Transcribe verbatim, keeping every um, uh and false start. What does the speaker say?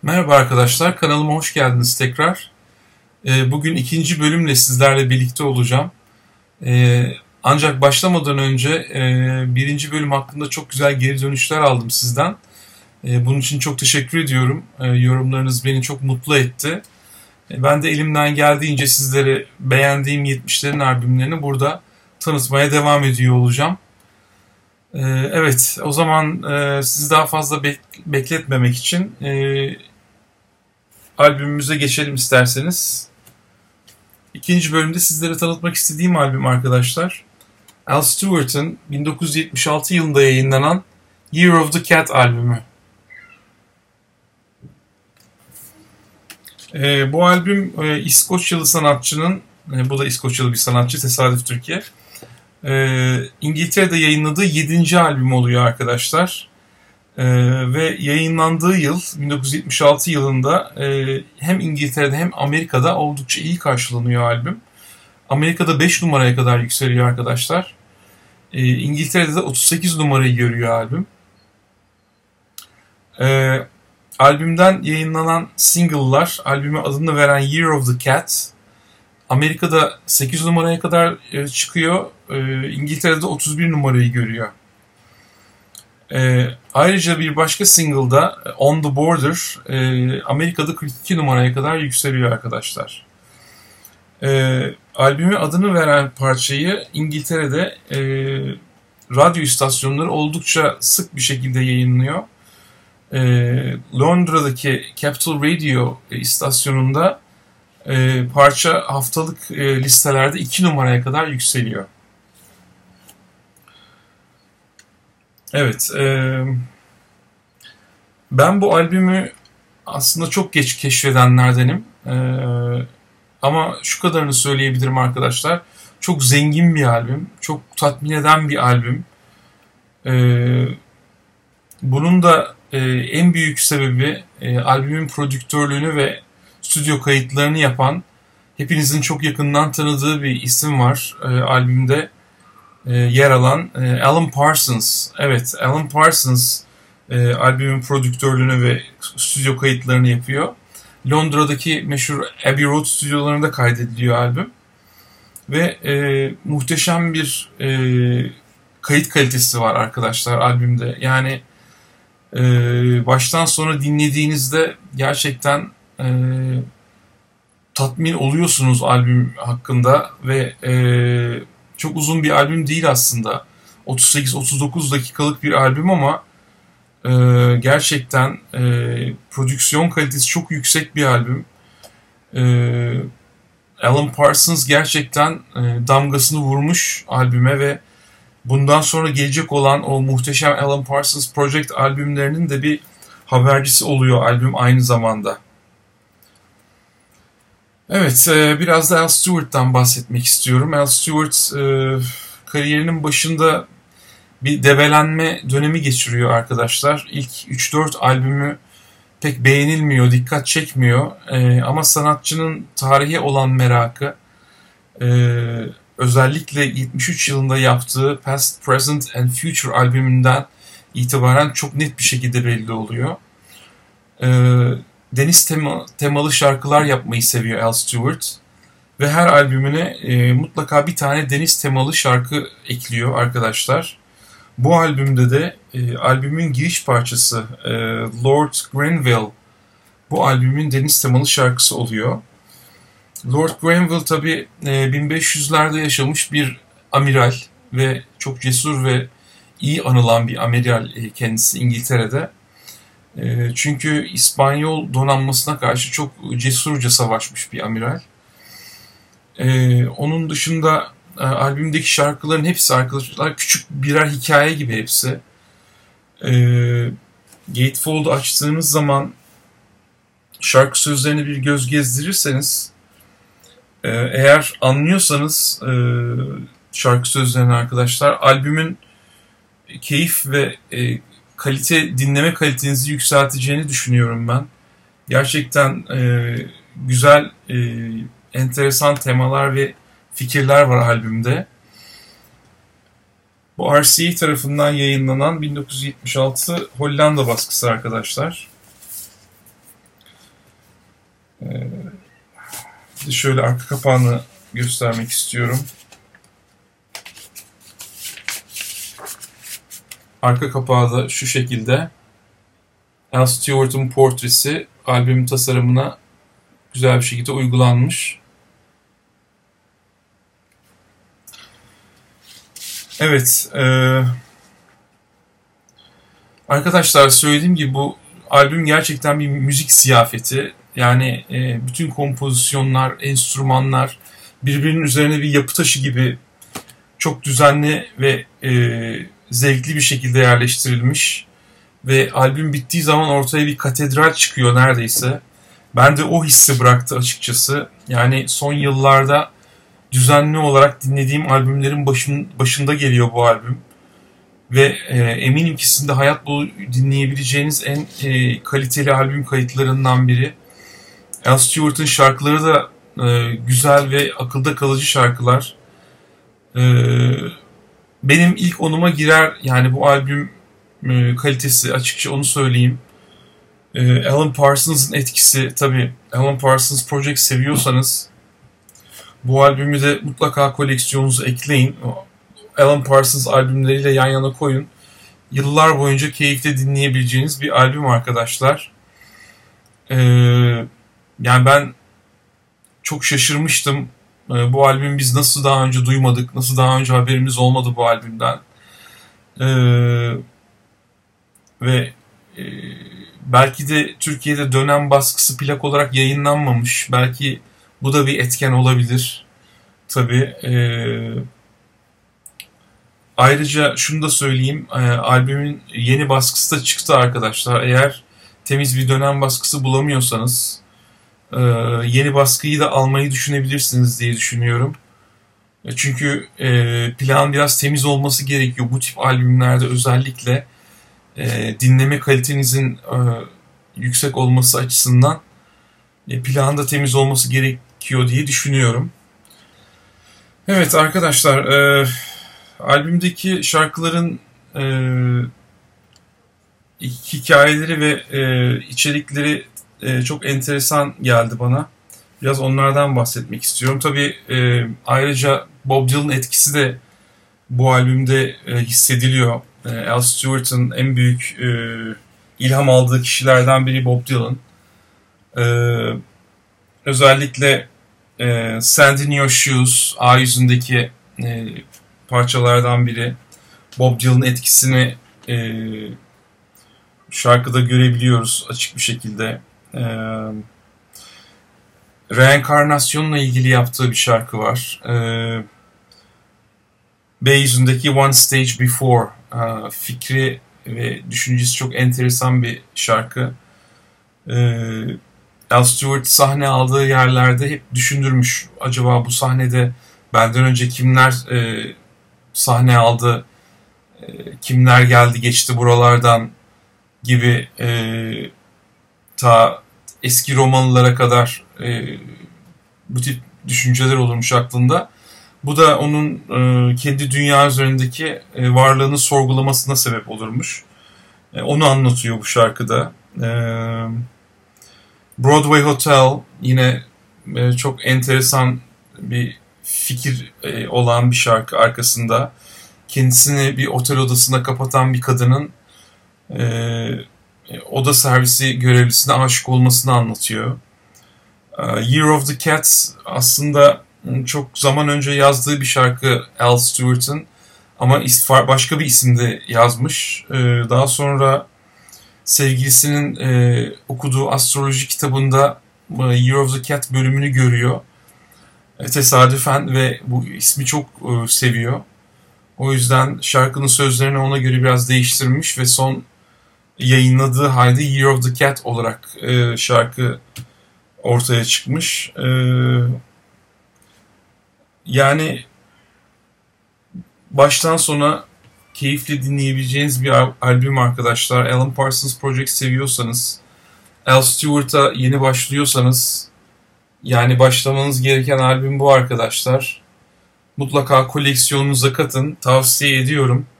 Merhaba arkadaşlar, kanalıma hoş geldiniz tekrar. Ee, Bugün ikinci bölümle sizlerle birlikte olacağım. Ee, Ancak başlamadan önce e, birinci bölüm hakkında çok güzel geri dönüşler aldım sizden. Ee, Bunun için çok teşekkür ediyorum. Ee, Yorumlarınız beni çok mutlu etti. Ee, Ben de elimden geldiğince sizlere beğendiğim yetmişlerin albümlerini burada tanıtmaya devam ediyor olacağım. Ee, Evet, o zaman e, sizi daha fazla bek- bekletmemek için e, albümümüze geçelim isterseniz. İkinci bölümde sizlere tanıtmak istediğim albüm arkadaşlar, Al Stewart'ın bin dokuz yüz yetmiş altı yılında yayınlanan Year of the Cat albümü. Ee, bu albüm e, İskoçyalı sanatçının, e, bu da İskoçyalı bir sanatçı, tesadüf Türkiye, e, İngiltere'de yayınladığı yedinci albüm oluyor arkadaşlar. Ee, ve yayınlandığı yıl bin dokuz yüz yetmiş altı yılında e, hem İngiltere'de hem Amerika'da oldukça iyi karşılanıyor albüm. Amerika'da beş numaraya kadar yükseliyor arkadaşlar. Ee, İngiltere'de de otuz sekiz numarayı görüyor albüm. Ee, Albümden yayınlanan single'lar albüme adını veren Year of the Cat Amerika'da sekiz numaraya kadar e, çıkıyor. Ee, İngiltere'de otuz bir numarayı görüyor. Ee, ayrıca bir başka single'da On the Border e, Amerika'da kırk iki numaraya kadar yükseliyor arkadaşlar. Ee, albüme adını veren parçayı İngiltere'de e, radyo istasyonları oldukça sık bir şekilde yayınlıyor. E, Londra'daki Capital Radio istasyonunda e, parça haftalık e, listelerde iki numaraya kadar yükseliyor. Evet, e, ben bu albümü aslında çok geç keşfedenlerdenim. E, ama şu kadarını söyleyebilirim arkadaşlar. Çok zengin bir albüm, çok tatmin eden bir albüm. E, Bunun da e, en büyük sebebi e, albümün prodüktörlüğünü ve stüdyo kayıtlarını yapan, hepinizin çok yakından tanıdığı bir isim var e, albümde e, yer alan e, Alan Parsons. Evet, Alan Parsons e, albümün prodüktörlüğünü ve stüdyo kayıtlarını yapıyor. Londra'daki meşhur Abbey Road stüdyolarında kaydediliyor albüm. Ve e, muhteşem bir e, kayıt kalitesi var arkadaşlar albümde. Yani e, baştan sona dinlediğinizde gerçekten e, tatmin oluyorsunuz albüm hakkında ve e, çok uzun bir albüm değil aslında. otuz sekiz otuz dokuz dakikalık bir albüm ama e, gerçekten e, prodüksiyon kalitesi çok yüksek bir albüm. E, Alan Parsons gerçekten e, damgasını vurmuş albüme ve bundan sonra gelecek olan o muhteşem Alan Parsons Project albümlerinin de bir habercisi oluyor albüm aynı zamanda. Evet, e, biraz da Al Stewart'tan bahsetmek istiyorum. Al Stewart e, kariyerinin başında bir debelenme dönemi geçiriyor arkadaşlar. İlk üç dört albümü pek beğenilmiyor, dikkat çekmiyor. E, ama sanatçının tarihe olan merakı, e, özellikle yetmiş üç yılında yaptığı Past, Present and Future albümünden itibaren çok net bir şekilde belli oluyor. E, Deniz tema, temalı şarkılar yapmayı seviyor Al Stewart. Ve her albümüne e, mutlaka bir tane deniz temalı şarkı ekliyor arkadaşlar. Bu albümde de e, albümün giriş parçası e, Lord Grenville bu albümün deniz temalı şarkısı oluyor. Lord Grenville tabi e, bin beş yüzlerde yaşamış bir amiral ve çok cesur ve iyi anılan bir amiral e, kendisi İngiltere'de. E, çünkü İspanyol donanmasına karşı çok cesurca savaşmış bir amiral. E, onun dışında e, albümdeki şarkıların hepsi arkadaşlar küçük birer hikaye gibi hepsi. E, Gatefold'u açtığınız zaman şarkı sözlerine bir göz gezdirirseniz, e, eğer anlıyorsanız e, şarkı sözlerini arkadaşlar, albümün keyif ve e, kalite, dinleme kalitenizi yükselteceğini düşünüyorum ben. Gerçekten e, güzel, e, enteresan temalar ve fikirler var albümde. Bu R C A tarafından yayınlanan bin dokuz yüz yetmiş altı Hollanda baskısı arkadaşlar. Bir de şöyle arka kapağını göstermek istiyorum. Arka kapağı da şu şekilde. Al Stewart'ın portresi albümün tasarımına güzel bir şekilde uygulanmış. Evet. E, arkadaşlar söylediğim gibi bu albüm gerçekten bir müzik ziyafeti. Yani e, bütün kompozisyonlar, enstrümanlar birbirinin üzerine bir yapı taşı gibi çok düzenli ve e, zevkli bir şekilde yerleştirilmiş. Ve albüm bittiği zaman ortaya bir katedral çıkıyor neredeyse. Ben de o hissi bıraktı açıkçası. Yani son yıllarda düzenli olarak dinlediğim albümlerin başın, başında geliyor bu albüm. Ve e, eminim ki sizin de hayat boyu dinleyebileceğiniz en e, kaliteli albüm kayıtlarından biri. Al Stewart'ın şarkıları da e, güzel ve akılda kalıcı şarkılar. E, benim ilk onuma girer yani bu albüm e, kalitesi, açıkça onu söyleyeyim. E, Alan Parsons'ın etkisi, tabii Alan Parsons Project seviyorsanız bu albümü de mutlaka koleksiyonunuza ekleyin. Alan Parsons albümleriyle yan yana koyun. Yıllar boyunca keyifle dinleyebileceğiniz bir albüm arkadaşlar. Ee, yani ben çok şaşırmıştım. Ee, bu albümü biz nasıl daha önce duymadık, nasıl daha önce haberimiz olmadı bu albümden. Ee, ve e, belki de Türkiye'de dönem baskısı plak olarak yayınlanmamış. Belki bu da bir etken olabilir. Tabii. Ee, ayrıca şunu da söyleyeyim. E, albümün yeni baskısı da çıktı arkadaşlar. Eğer temiz bir dönem baskısı bulamıyorsanız e, yeni baskıyı da almayı düşünebilirsiniz diye düşünüyorum. E, çünkü e, plan biraz temiz olması gerekiyor. Bu tip albümlerde özellikle e, dinleme kalitenizin e, yüksek olması açısından e, planın da temiz olması gerekiyor diye düşünüyorum. Evet arkadaşlar, e, albümdeki şarkıların e, hikayeleri ve e, içerikleri e, çok enteresan geldi bana. Biraz onlardan bahsetmek istiyorum. Tabii e, ayrıca Bob Dylan etkisi de bu albümde e, hissediliyor. E, Al Stewart'ın en büyük e, ilham aldığı kişilerden biri Bob Dylan. E, özellikle e, Sand in Your Shoes, A yüzündeki e, parçalardan biri. Bob Dylan'ın etkisini e, şarkıda görebiliyoruz açık bir şekilde. E, reenkarnasyonla ilgili yaptığı bir şarkı var. E, B yüzündeki One Stage Before e, fikri ve düşüncesi çok enteresan bir şarkı. E, Al Stewart sahne aldığı yerlerde hep düşündürmüş. Acaba bu sahnede benden önce kimler e, sahne aldı, e, kimler geldi geçti buralardan gibi e, ta eski Romalılara kadar e, bu tip düşünceler olurmuş aklında. Bu da onun e, kendi dünya üzerindeki e, varlığını sorgulamasına sebep olurmuş. E, onu anlatıyor bu şarkıda. E, Broadway Hotel yine e, çok enteresan bir fikir e, olan bir şarkı arkasında. Kendisini bir otel odasına kapatan bir kadının e, oda servisi görevlisine aşık olmasını anlatıyor. E, Year of the Cat aslında çok zaman önce yazdığı bir şarkı Al Stewart'ın, ama başka bir isimde yazmış. E, daha sonra sevgilisinin e, okuduğu astroloji kitabında e, Year of the Cat bölümünü görüyor. E, tesadüfen ve bu ismi çok e, seviyor. O yüzden şarkının sözlerini ona göre biraz değiştirmiş ve son yayınladığı halde Year of the Cat olarak e, şarkı ortaya çıkmış. E, yani baştan sona keyifle dinleyebileceğiniz bir albüm arkadaşlar. Alan Parsons Project seviyorsanız, Al Stewart'a yeni başlıyorsanız, yani başlamanız gereken albüm bu arkadaşlar. Mutlaka koleksiyonunuza katın. Tavsiye ediyorum.